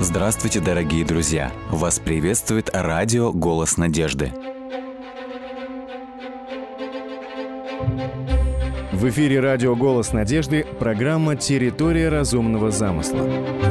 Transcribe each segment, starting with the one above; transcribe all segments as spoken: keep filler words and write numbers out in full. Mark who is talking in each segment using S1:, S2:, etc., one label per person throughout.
S1: Здравствуйте, дорогие друзья! Вас приветствует радио «Голос надежды».
S2: В эфире радио «Голос надежды» программа «Территория разумного замысла».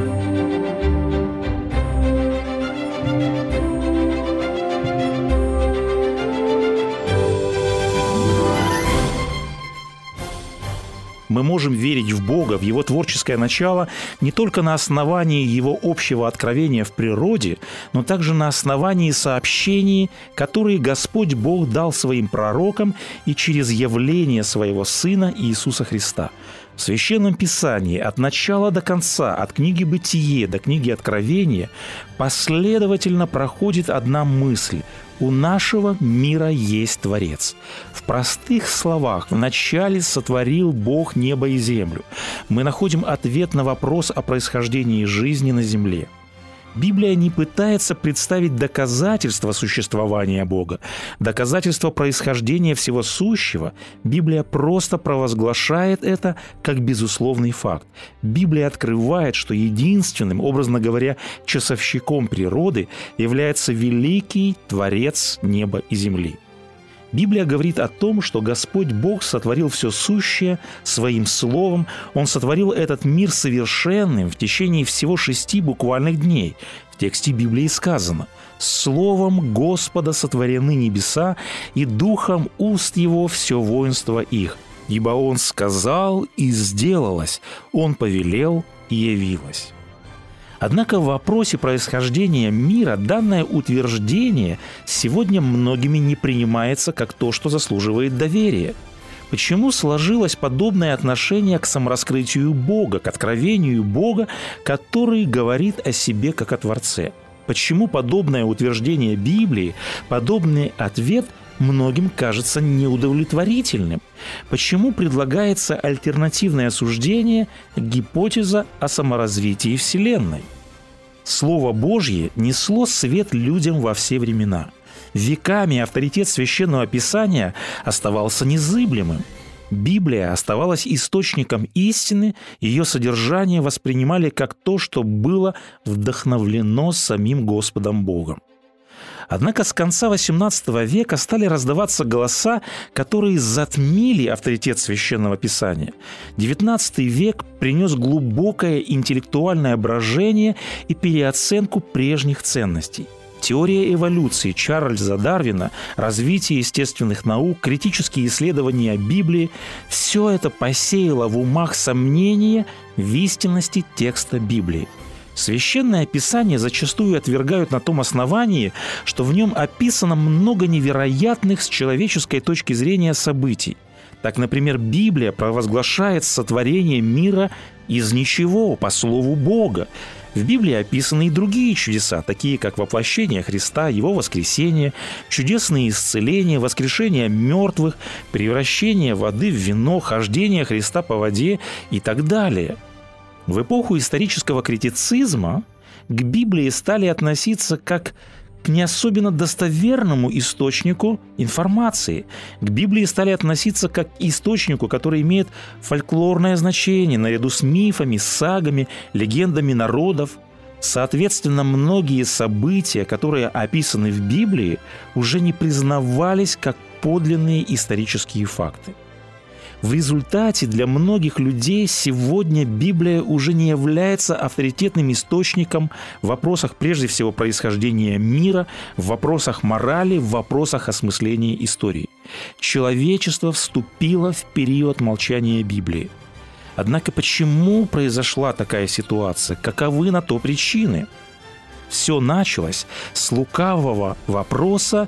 S3: Мы можем верить в Бога, в Его творческое начало не только на основании Его общего откровения в природе, но также на основании сообщений, которые Господь Бог дал своим пророкам и через явление Своего Сына Иисуса Христа. В Священном Писании от начала до конца, от книги «Бытие» до книги «Откровения» последовательно проходит одна мысль – у нашего мира есть Творец. В простых словах, вначале сотворил Бог небо и землю. Мы находим ответ на вопрос о происхождении жизни на земле. Библия не пытается представить доказательства существования Бога, доказательства происхождения всего сущего. Библия просто провозглашает это как безусловный факт. Библия открывает, что единственным, образно говоря, часовщиком природы является великий Творец неба и земли. Библия говорит о том, что Господь Бог сотворил все сущее Своим Словом. Он сотворил этот мир совершенным в течение всего шести буквальных дней. В тексте Библии сказано: «Словом Господа сотворены небеса, и духом уст Его все воинство их. Ибо Он сказал, и сделалось, Он повелел, и явилось». Однако в вопросе происхождения мира данное утверждение сегодня многими не принимается как то, что заслуживает доверия. Почему сложилось подобное отношение к самораскрытию Бога, к откровению Бога, который говорит о себе как о Творце? Почему подобное утверждение Библии, подобный ответ многим кажется неудовлетворительным? Почему предлагается альтернативное суждение, гипотеза о саморазвитии Вселенной? Слово Божье несло свет людям во все времена. Веками авторитет Священного Писания оставался незыблемым. Библия оставалась источником истины, ее содержание воспринимали как то, что было вдохновлено самим Господом Богом. Однако с конца восемнадцатого века стали раздаваться голоса, которые затмили авторитет Священного Писания. девятнадцатый век принес глубокое интеллектуальное брожение и переоценку прежних ценностей. Теория эволюции Чарльза Дарвина, развитие естественных наук, критические исследования Библии – все это посеяло в умах сомнения в истинности текста Библии. Священное Писание зачастую отвергают на том основании, что в нем описано много невероятных с человеческой точки зрения событий. Так, например, Библия провозглашает сотворение мира из ничего, по слову Бога. В Библии описаны и другие чудеса, такие как воплощение Христа, Его воскресение, чудесные исцеления, воскрешение мертвых, превращение воды в вино, хождение Христа по воде и так далее. В эпоху исторического критицизма к Библии стали относиться как к не особенно достоверному источнику информации. К Библии стали относиться как к источнику, который имеет фольклорное значение наряду с мифами, сагами, легендами народов. Соответственно, многие события, которые описаны в Библии, уже не признавались как подлинные исторические факты. В результате для многих людей сегодня Библия уже не является авторитетным источником в вопросах прежде всего происхождения мира, в вопросах морали, в вопросах осмысления истории. Человечество вступило в период молчания Библии. Однако почему произошла такая ситуация? Каковы на то причины? Все началось с лукавого вопроса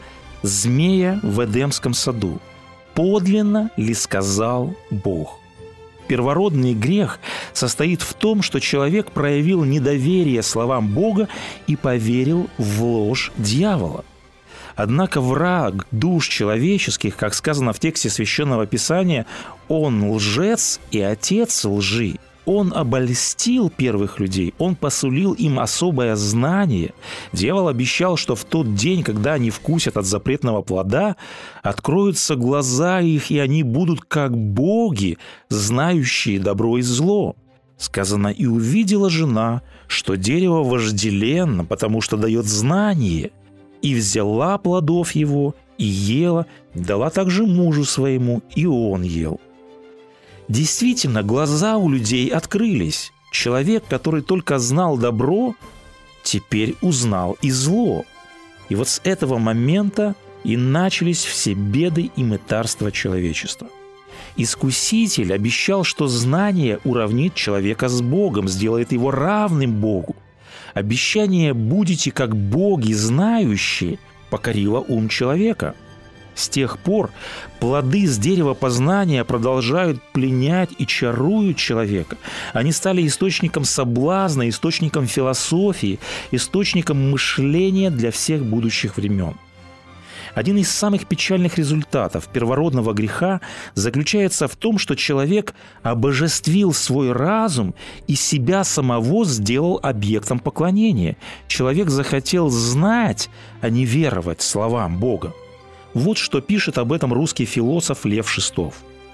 S3: змея в Эдемском саду. Подлинно ли сказал Бог? Первородный грех состоит в том, что человек проявил недоверие словам Бога и поверил в ложь дьявола. Однако враг душ человеческих, как сказано в тексте Священного Писания, он лжец и отец лжи. Он обольстил первых людей, он посулил им особое знание. Дьявол обещал, что в тот день, когда они вкусят от запретного плода, откроются глаза их, и они будут как боги, знающие добро и зло. Сказано: «И увидела жена, что дерево вожделенно, потому что дает знание, и взяла плодов его, и ела, дала также мужу своему, и он ел». Действительно, глаза у людей открылись. Человек, который только знал добро, теперь узнал и зло. И вот с этого момента и начались все беды и мытарства человечества. Искуситель обещал, что знание уравнит человека с Богом, сделает его равным Богу. Обещание «будете как боги знающие» покорило ум человека. С тех пор плоды с дерева познания продолжают пленять и чаруют человека. Они стали источником соблазна, источником философии, источником мышления для всех будущих времен. Один из самых печальных результатов первородного греха заключается в том, что человек обожествил свой разум и себя самого сделал объектом поклонения. Человек захотел знать, а не веровать словам Бога. Вот что пишет об этом русский философ Лев Шестов.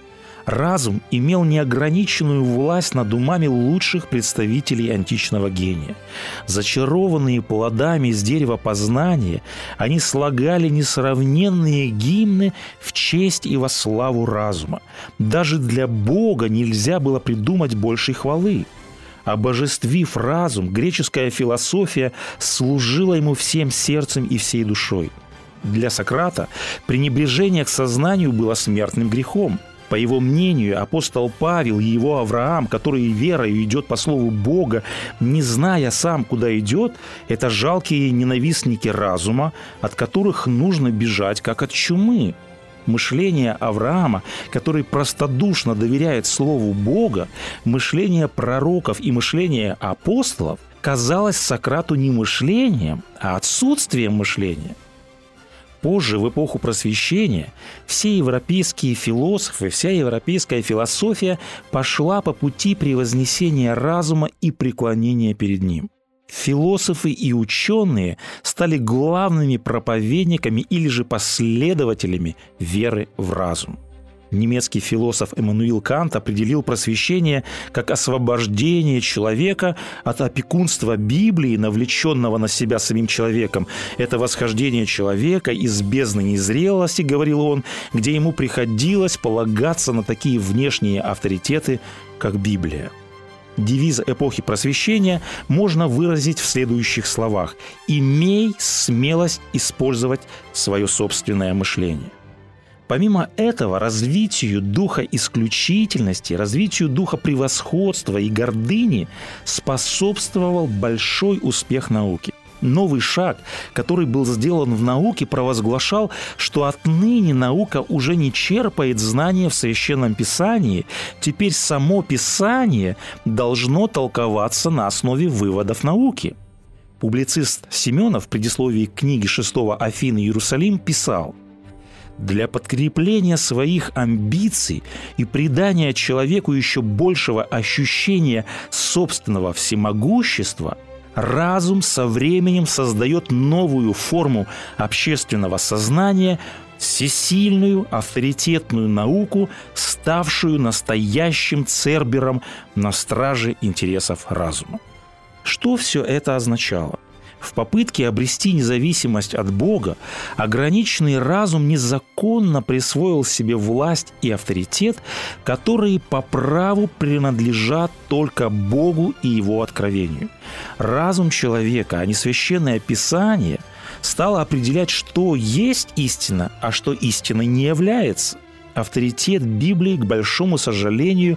S3: Разум имел неограниченную власть над умами лучших представителей античного гения. Зачарованные плодами из дерева познания, они слагали несравненные гимны в честь и во славу разума. Даже для Бога нельзя было придумать большей хвалы. Обожествив разум, греческая философия служила ему всем сердцем и всей душой. Для Сократа пренебрежение к сознанию было смертным грехом. По его мнению, апостол Павел и его Авраам, который верою идет по слову Бога, не зная сам, куда идет, это жалкие ненавистники разума, от которых нужно бежать, как от чумы. Мышление Авраама, который простодушно доверяет слову Бога, мышление пророков и мышление апостолов, казалось Сократу не мышлением, а отсутствием мышления. Позже, в эпоху Просвещения, все европейские философы, вся европейская философия пошла по пути превознесения разума и преклонения перед ним. Философы и ученые стали главными проповедниками или же последователями веры в разум. Немецкий философ Эммануил Кант определил просвещение как освобождение человека от опекунства Библии, навлеченного на себя самим человеком. Это восхождение человека из бездны незрелости, говорил он, где ему приходилось полагаться на такие внешние авторитеты, как Библия. Девиз эпохи Просвещения можно выразить в следующих словах: «Имей смелость использовать свое собственное мышление». Помимо этого, развитию духа исключительности, развитию духа превосходства и гордыни способствовал большой успех науки. Новый шаг, который был сделан в науке, провозглашал, что отныне наука уже не черпает знания в Священном Писании, теперь само Писание должно толковаться на основе выводов науки. Публицист Семенов в предисловии к книге шестого Афин и Иерусалим писал: «Для подкрепления своих амбиций и придания человеку еще большего ощущения собственного всемогущества разум со временем создает новую форму общественного сознания, всесильную, авторитетную науку, ставшую настоящим цербером на страже интересов разума». Что все это означало? В попытке обрести независимость от Бога ограниченный разум незаконно присвоил себе власть и авторитет, которые по праву принадлежат только Богу и Его откровению. Разум человека, а не Священное Писание, стало определять, что есть истина, а что истиной не является. Авторитет Библии, к большому сожалению,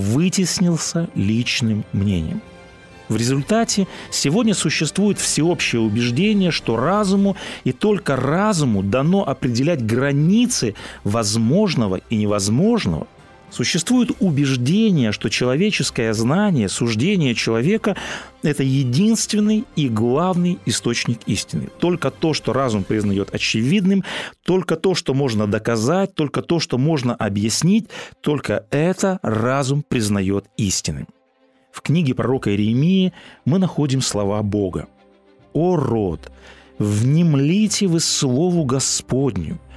S3: вытеснился личным мнением. В результате сегодня существует всеобщее убеждение, что разуму и только разуму дано определять границы возможного и невозможного. Существует убеждение, что человеческое знание, суждение человека – это единственный и главный источник истины. Только то, что разум признает очевидным, только то, что можно доказать, только то, что можно объяснить, только это разум признает истинным. В книге пророка Иеремии мы находим слова Бога: «О род, внемлите вы слову Господню,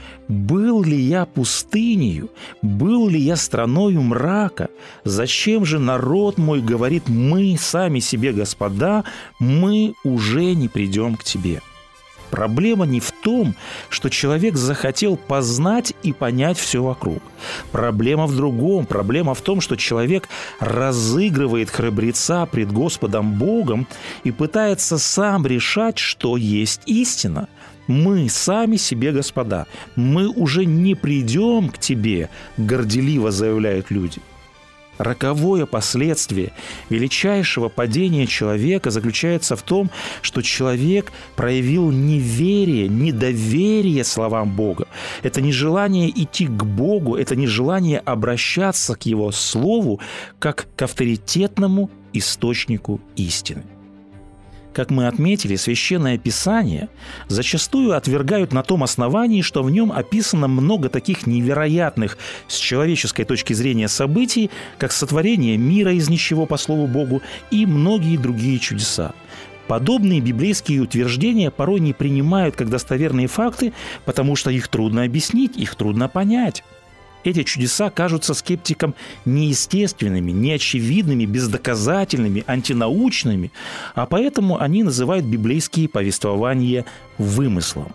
S3: был ли я пустынею, был ли я страною мрака? Зачем же народ мой говорит: мы сами себе господа, мы уже не придем к тебе? Проблема не в том, что человек захотел познать и понять все вокруг. Проблема в другом. Проблема в том, что человек разыгрывает храбреца пред Господом Богом и пытается сам решать, что есть истина. Мы сами себе господа. Мы уже не придем к тебе, горделиво заявляют люди. Роковое последствие величайшего падения человека заключается в том, что человек проявил неверие, недоверие словам Бога. Это не желание идти к Богу, это не желание обращаться к Его Слову как к авторитетному источнику истины. Как мы отметили, Священное Писание зачастую отвергают на том основании, что в нем описано много таких невероятных с человеческой точки зрения событий, как сотворение мира из ничего по слову Богу и многие другие чудеса. Подобные библейские утверждения порой не принимают как достоверные факты, потому что их трудно объяснить, их трудно понять. Эти чудеса кажутся скептикам неестественными, неочевидными, бездоказательными, антинаучными, а поэтому они называют библейские повествования вымыслом.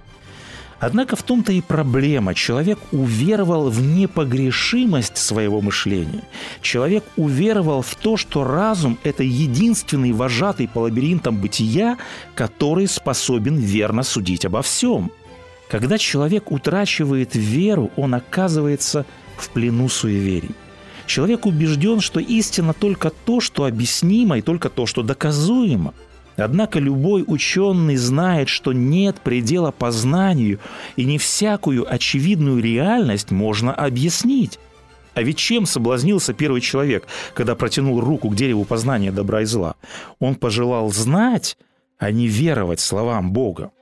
S3: Однако в том-то и проблема. Человек уверовал в непогрешимость своего мышления. Человек уверовал в то, что разум – это единственный вожатый по лабиринтам бытия, который способен верно судить обо всем. Когда человек утрачивает веру, он оказывается в плену суеверий. Человек убежден, что истина только то, что объяснимо, и только то, что доказуемо. Однако любой ученый знает, что нет предела познанию, и не всякую очевидную реальность можно объяснить. А ведь чем соблазнился первый человек, когда протянул руку к дереву познания добра и зла? Он пожелал знать, а не веровать словам Бога.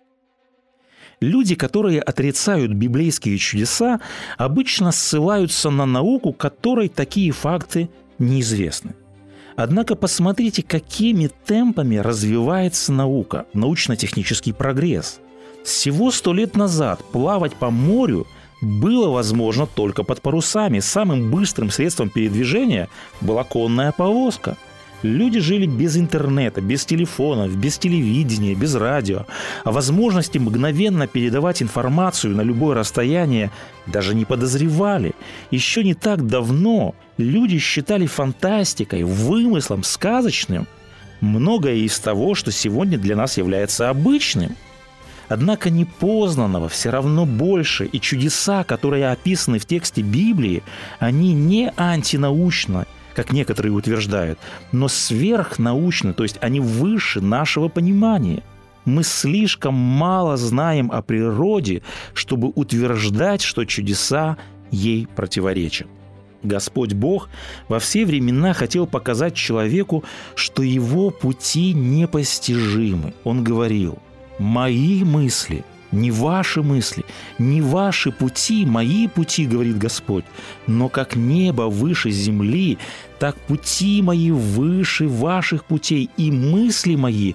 S3: Люди, которые отрицают библейские чудеса, обычно ссылаются на науку, которой такие факты неизвестны. Однако посмотрите, какими темпами развивается наука, научно-технический прогресс. Всего сто лет назад плавать по морю было возможно только под парусами. Самым быстрым средством передвижения была конная повозка. Люди жили без интернета, без телефонов, без телевидения, без радио. О возможности мгновенно передавать информацию на любое расстояние даже не подозревали. Еще не так давно люди считали фантастикой, вымыслом, сказочным многое из того, что сегодня для нас является обычным. Однако непознанного все равно больше, и чудеса, которые описаны в тексте Библии, они не антинаучны, как некоторые утверждают, но сверхнаучны, то есть они выше нашего понимания. Мы слишком мало знаем о природе, чтобы утверждать, что чудеса ей противоречат. Господь Бог во все времена хотел показать человеку, что его пути непостижимы. Он говорил: «Мои мысли, не ваши мысли, не ваши пути, мои пути, говорит Господь, но как небо выше земли, так пути мои выше ваших путей, и мысли мои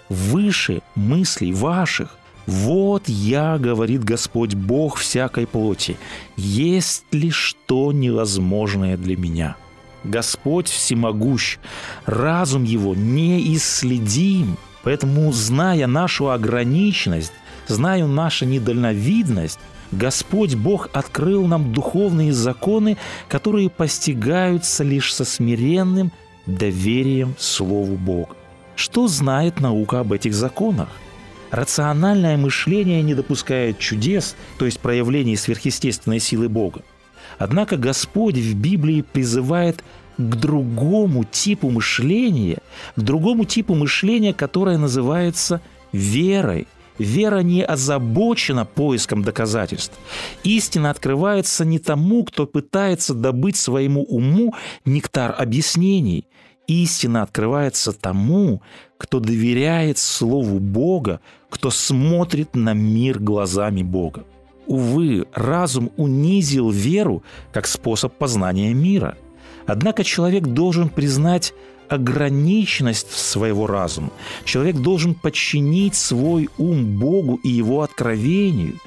S3: выше мыслей ваших. Вот я, говорит Господь Бог всякой плоти, есть ли что невозможное для меня? Господь всемогущ, разум его неисследим, поэтому, зная нашу ограниченность, зная нашу недальновидность, Господь Бог открыл нам духовные законы, которые постигаются лишь со смиренным доверием Слову Бога. Что знает наука об этих законах? Рациональное мышление не допускает чудес, то есть проявлений сверхъестественной силы Бога. Однако Господь в Библии призывает к другому типу мышления, к другому типу мышления, которое называется верой. Вера не озабочена поиском доказательств. Истина открывается не тому, кто пытается добыть своему уму нектар объяснений. Истина открывается тому, кто доверяет Слову Бога, кто смотрит на мир глазами Бога. Увы, разум унизил веру как способ познания мира. Однако человек должен признать ограниченность своего разума. Человек должен подчинить свой ум Богу и Его откровению.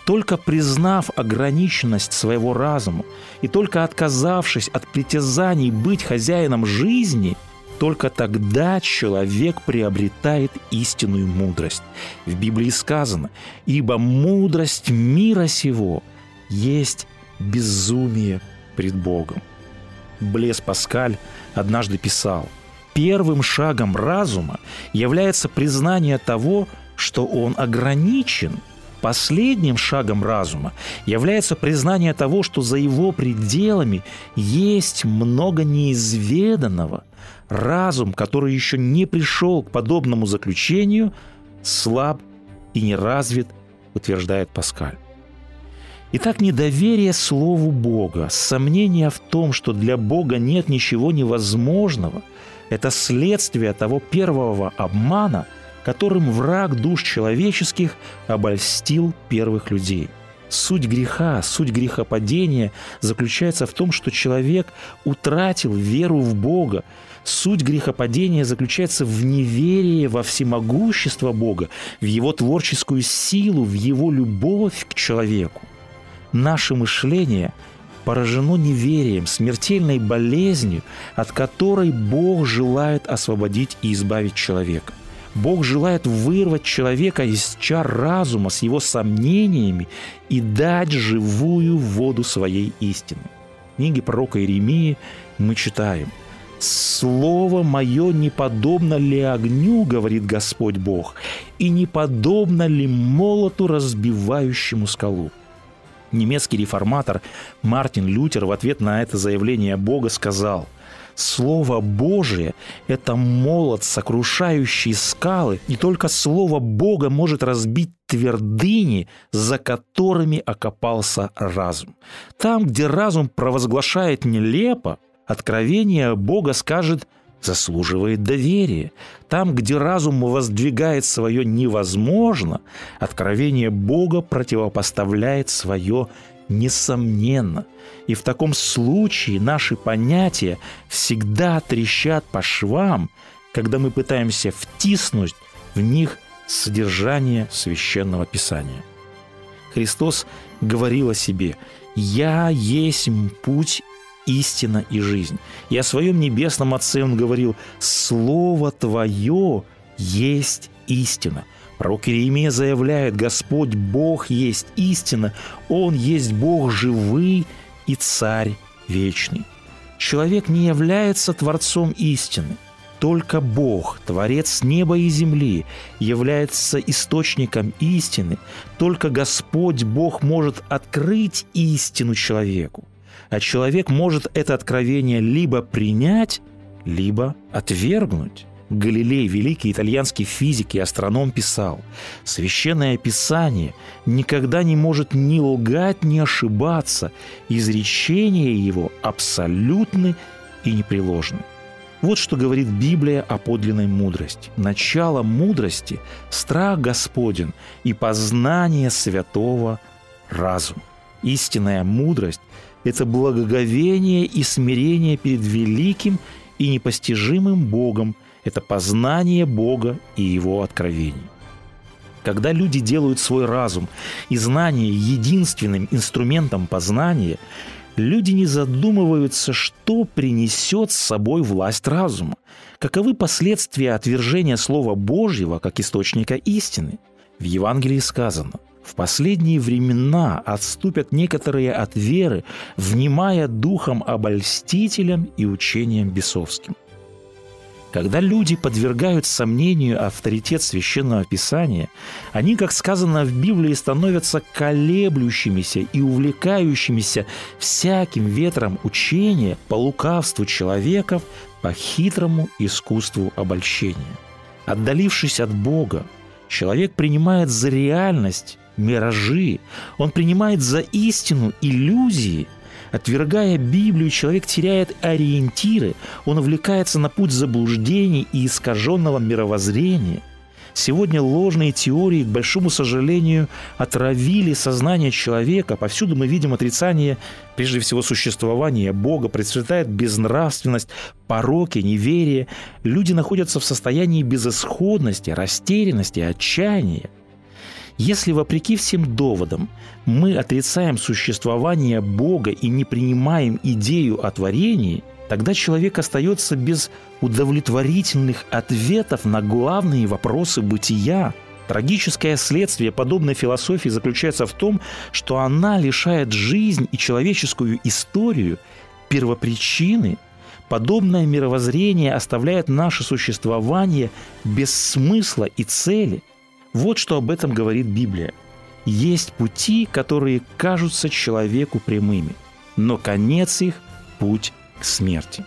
S3: Только признав ограниченность своего разума и только отказавшись от притязаний быть хозяином жизни, только тогда человек приобретает истинную мудрость. В Библии сказано: «Ибо мудрость мира сего есть безумие пред Богом». Блез Паскаль однажды писал: «Первым шагом разума является признание того, что он ограничен. Последним шагом разума является признание того, что за его пределами есть много неизведанного. Разум, который еще не пришел к подобному заключению, слаб и неразвит», утверждает Паскаль. Итак, недоверие Слову Бога, сомнение в том, что для Бога нет ничего невозможного, это следствие того первого обмана, которым враг душ человеческих обольстил первых людей. Суть греха, суть грехопадения заключается в том, что человек утратил веру в Бога. Суть грехопадения заключается в неверии во всемогущество Бога, в Его творческую силу, в Его любовь к человеку. Наше мышление поражено неверием, смертельной болезнью, от которой Бог желает освободить и избавить человека. Бог желает вырвать человека из чар разума с его сомнениями и дать живую воду своей истины. В книге пророка Иеремии мы читаем: «Слово мое не подобно ли огню, говорит Господь Бог, и не подобно ли молоту, разбивающему скалу?» Немецкий реформатор Мартин Лютер в ответ на это заявление Бога сказал: «Слово Божие – это молот, сокрушающий скалы, и только Слово Бога может разбить твердыни, за которыми окопался разум. Там, где разум провозглашает нелепо, откровение Бога скажет: заслуживает доверия. Там, где разум воздвигает свое невозможно, откровение Бога противопоставляет свое несомненно. И в таком случае наши понятия всегда трещат по швам, когда мы пытаемся втиснуть в них содержание Священного Писания. Христос говорил о себе: «Я есть путь, истина и жизнь». И о своем небесном Отце Он говорил: «Слово Твое есть истина». Пророк Иеремия заявляет: «Господь Бог есть истина, Он есть Бог живый и Царь вечный». Человек не является творцом истины. Только Бог, Творец неба и земли, является источником истины. Только Господь Бог может открыть истину человеку. А человек может это откровение либо принять, либо отвергнуть. Галилей, великий итальянский физик и астроном, писал: «Священное Писание никогда не может ни лгать, ни ошибаться. Изречения его абсолютны и непреложны». Вот что говорит Библия о подлинной мудрости. Начало мудрости – страх Господен и познание святого разума. Истинная мудрость – это благоговение и смирение перед великим и непостижимым Богом, это познание Бога и Его откровений. Когда люди делают свой разум и знание единственным инструментом познания, люди не задумываются, что принесет с собой власть разума, каковы последствия отвержения Слова Божьего как источника истины. В Евангелии сказано: «В последние времена отступят некоторые от веры, внимая духом обольстителям и учениям бесовским». Когда люди подвергают сомнению авторитет Священного Писания, они, как сказано в Библии, становятся колеблющимися и увлекающимися всяким ветром учения по лукавству человеков, по хитрому искусству обольщения. Отдалившись от Бога, человек принимает за реальность миражи, он принимает за истину иллюзии. Отвергая Библию, человек теряет ориентиры, он увлекается на путь заблуждений и искаженного мировоззрения. Сегодня ложные теории, к большому сожалению, отравили сознание человека. Повсюду мы видим отрицание, прежде всего, существования Бога, процветает безнравственность, пороки, неверие. Люди находятся в состоянии безысходности, растерянности, отчаяния. Если, вопреки всем доводам, мы отрицаем существование Бога и не принимаем идею о творении, тогда человек остается без удовлетворительных ответов на главные вопросы бытия. Трагическое следствие подобной философии заключается в том, что она лишает жизнь и человеческую историю первопричины. Подобное мировоззрение оставляет наше существование без смысла и цели. Вот что об этом говорит Библия. Есть пути, которые кажутся человеку прямыми, но конец их – путь к смерти.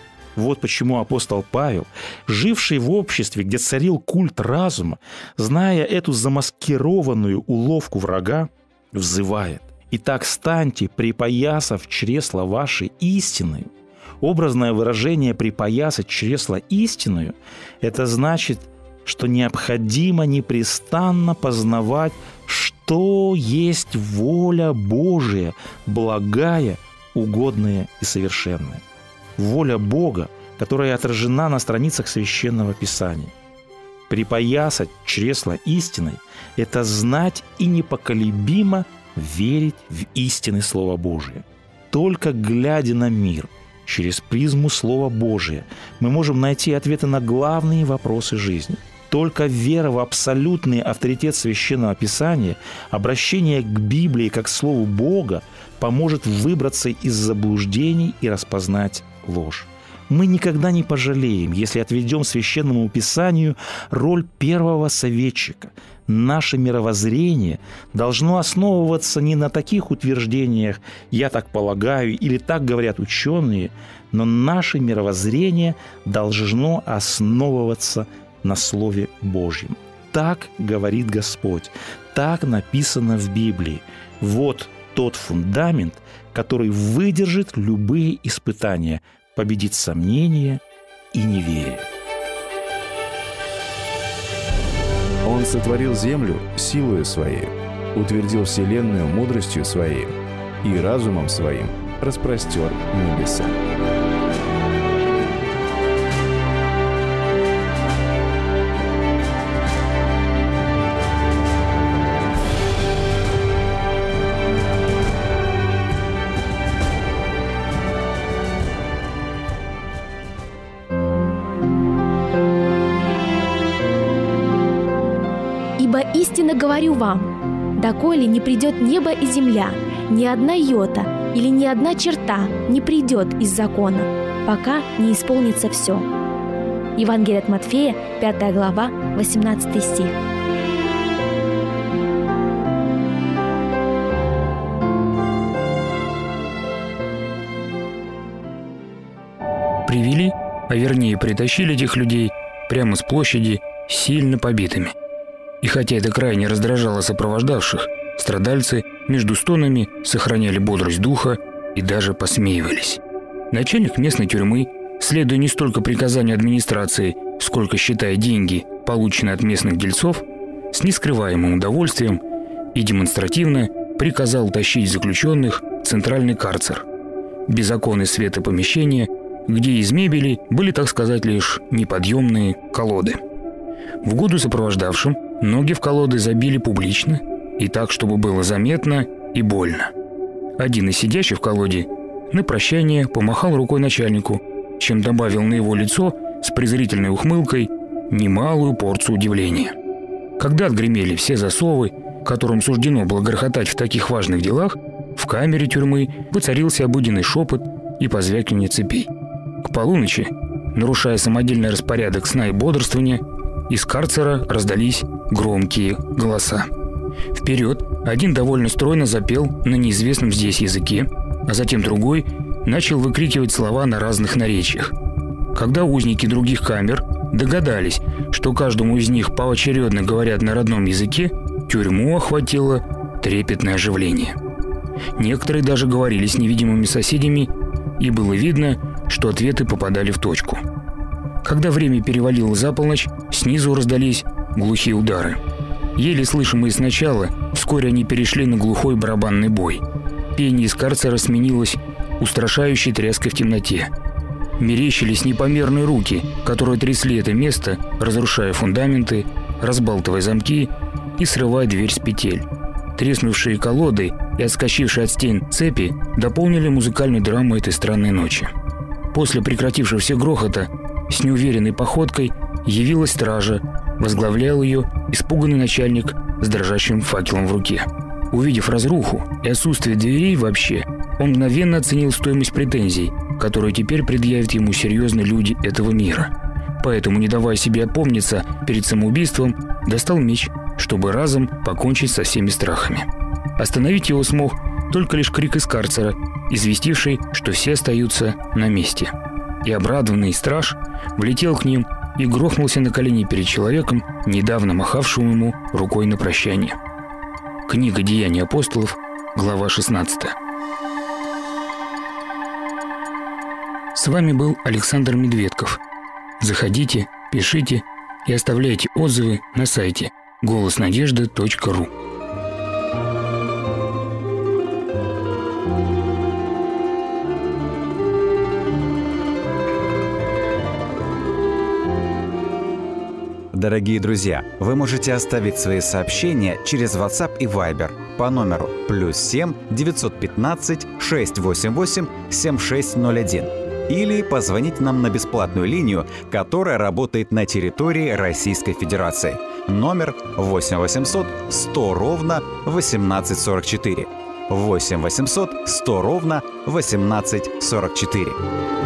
S3: Вот почему апостол Павел, живший в обществе, где царил культ разума, зная эту замаскированную уловку врага, взывает: «Итак, станьте, припоясав чресла вашей истиною». Образное выражение «припоясать чресла истиною» – это значит, что необходимо непрестанно познавать, что есть воля Божия, благая, угодная и совершенная. Воля Бога, которая отражена на страницах Священного Писания. Припоясать чресла истиной – это знать и непоколебимо верить в истины Слова Божия. Только глядя на мир через призму Слова Божия мы можем найти ответы на главные вопросы жизни. Только вера в абсолютный авторитет Священного Писания, обращение к Библии как к Слову Бога поможет выбраться из заблуждений и распознать ложь. Мы никогда не пожалеем, если отведем Священному Писанию роль первого советчика. Наше мировоззрение должно основываться не на таких утверждениях «я так полагаю» или «так говорят ученые», но наше мировоззрение должно основываться на Слове Божьем. Так говорит Господь, так написано в Библии. Вот тот фундамент, который выдержит любые испытания, победит сомнения и неверие.
S2: Он сотворил землю силою Своей, утвердил вселенную мудростью Своей и разумом Своим распростер небеса.
S4: Ибо истинно говорю вам, доколе не придет небо и земля, ни одна йота или ни одна черта не придет из закона, пока не исполнится все». Евангелие от Матфея, пятая глава, восемнадцатый стих.
S5: Привели, а вернее притащили этих людей прямо с площади сильно побитыми. И хотя это крайне раздражало сопровождавших, страдальцы между стонами сохраняли бодрость духа и даже посмеивались. Начальник местной тюрьмы, следуя не столько приказанию администрации, сколько считая деньги, полученные от местных дельцов, с нескрываемым удовольствием и демонстративно приказал тащить заключенных в центральный карцер, без окон и света помещения, где из мебели были, так сказать, лишь неподъемные колоды. В угоду сопровождавшим ноги в колоды забили публично и так, чтобы было заметно и больно. Один из сидящих в колоде на прощание помахал рукой начальнику, чем добавил на его лицо с презрительной ухмылкой немалую порцию удивления. Когда отгремели все засовы, которым суждено было грохотать в таких важных делах, в камере тюрьмы воцарился обыденный шепот и позвякивание цепей. К полуночи, нарушая самодельный распорядок сна и бодрствования, из карцера раздались громкие голоса. Вперед один довольно стройно запел на неизвестном здесь языке, а затем другой начал выкрикивать слова на разных наречиях. Когда узники других камер догадались, что каждому из них поочередно говорят на родном языке, тюрьму охватило трепетное оживление. Некоторые даже говорили с невидимыми соседями, и было видно, что ответы попадали в точку. Когда время перевалило за полночь, снизу раздались глухие удары. Еле слышимые сначала, вскоре они перешли на глухой барабанный бой. Пение из карцера сменилось устрашающей тряской в темноте. Мерещились непомерные руки, которые трясли это место, разрушая фундаменты, разбалтывая замки и срывая дверь с петель. Треснувшие колоды и отскочившие от стен цепи дополнили музыкальную драму этой странной ночи. После прекратившегося грохота с неуверенной походкой явилась стража, возглавлял ее испуганный начальник с дрожащим факелом в руке. Увидев разруху и отсутствие дверей вообще, он мгновенно оценил стоимость претензий, которые теперь предъявят ему серьезные люди этого мира. Поэтому, не давая себе опомниться перед самоубийством, достал меч, чтобы разом покончить со всеми страхами. Остановить его смог только лишь крик из карцера, известивший, что все остаются на месте. И обрадованный страж влетел к ним и грохнулся на колени перед человеком, недавно махавшим ему рукой на прощание. Книга «Деяния апостолов», глава шестнадцатая. С вами был Александр Медведков. Заходите, пишите и оставляйте отзывы на сайте голос надежды точка ру.
S1: Дорогие друзья, вы можете оставить свои сообщения через WhatsApp и Viber по номеру плюс семь девятьсот пятнадцать шестьсот восемьдесят восемь семьдесят шесть ноль один или позвонить нам на бесплатную линию, которая работает на территории Российской Федерации. Номер восемь восемьсот сто ровно восемнадцать сорок четыре. восемь восемьсот сто ровно восемнадцать сорок четыре.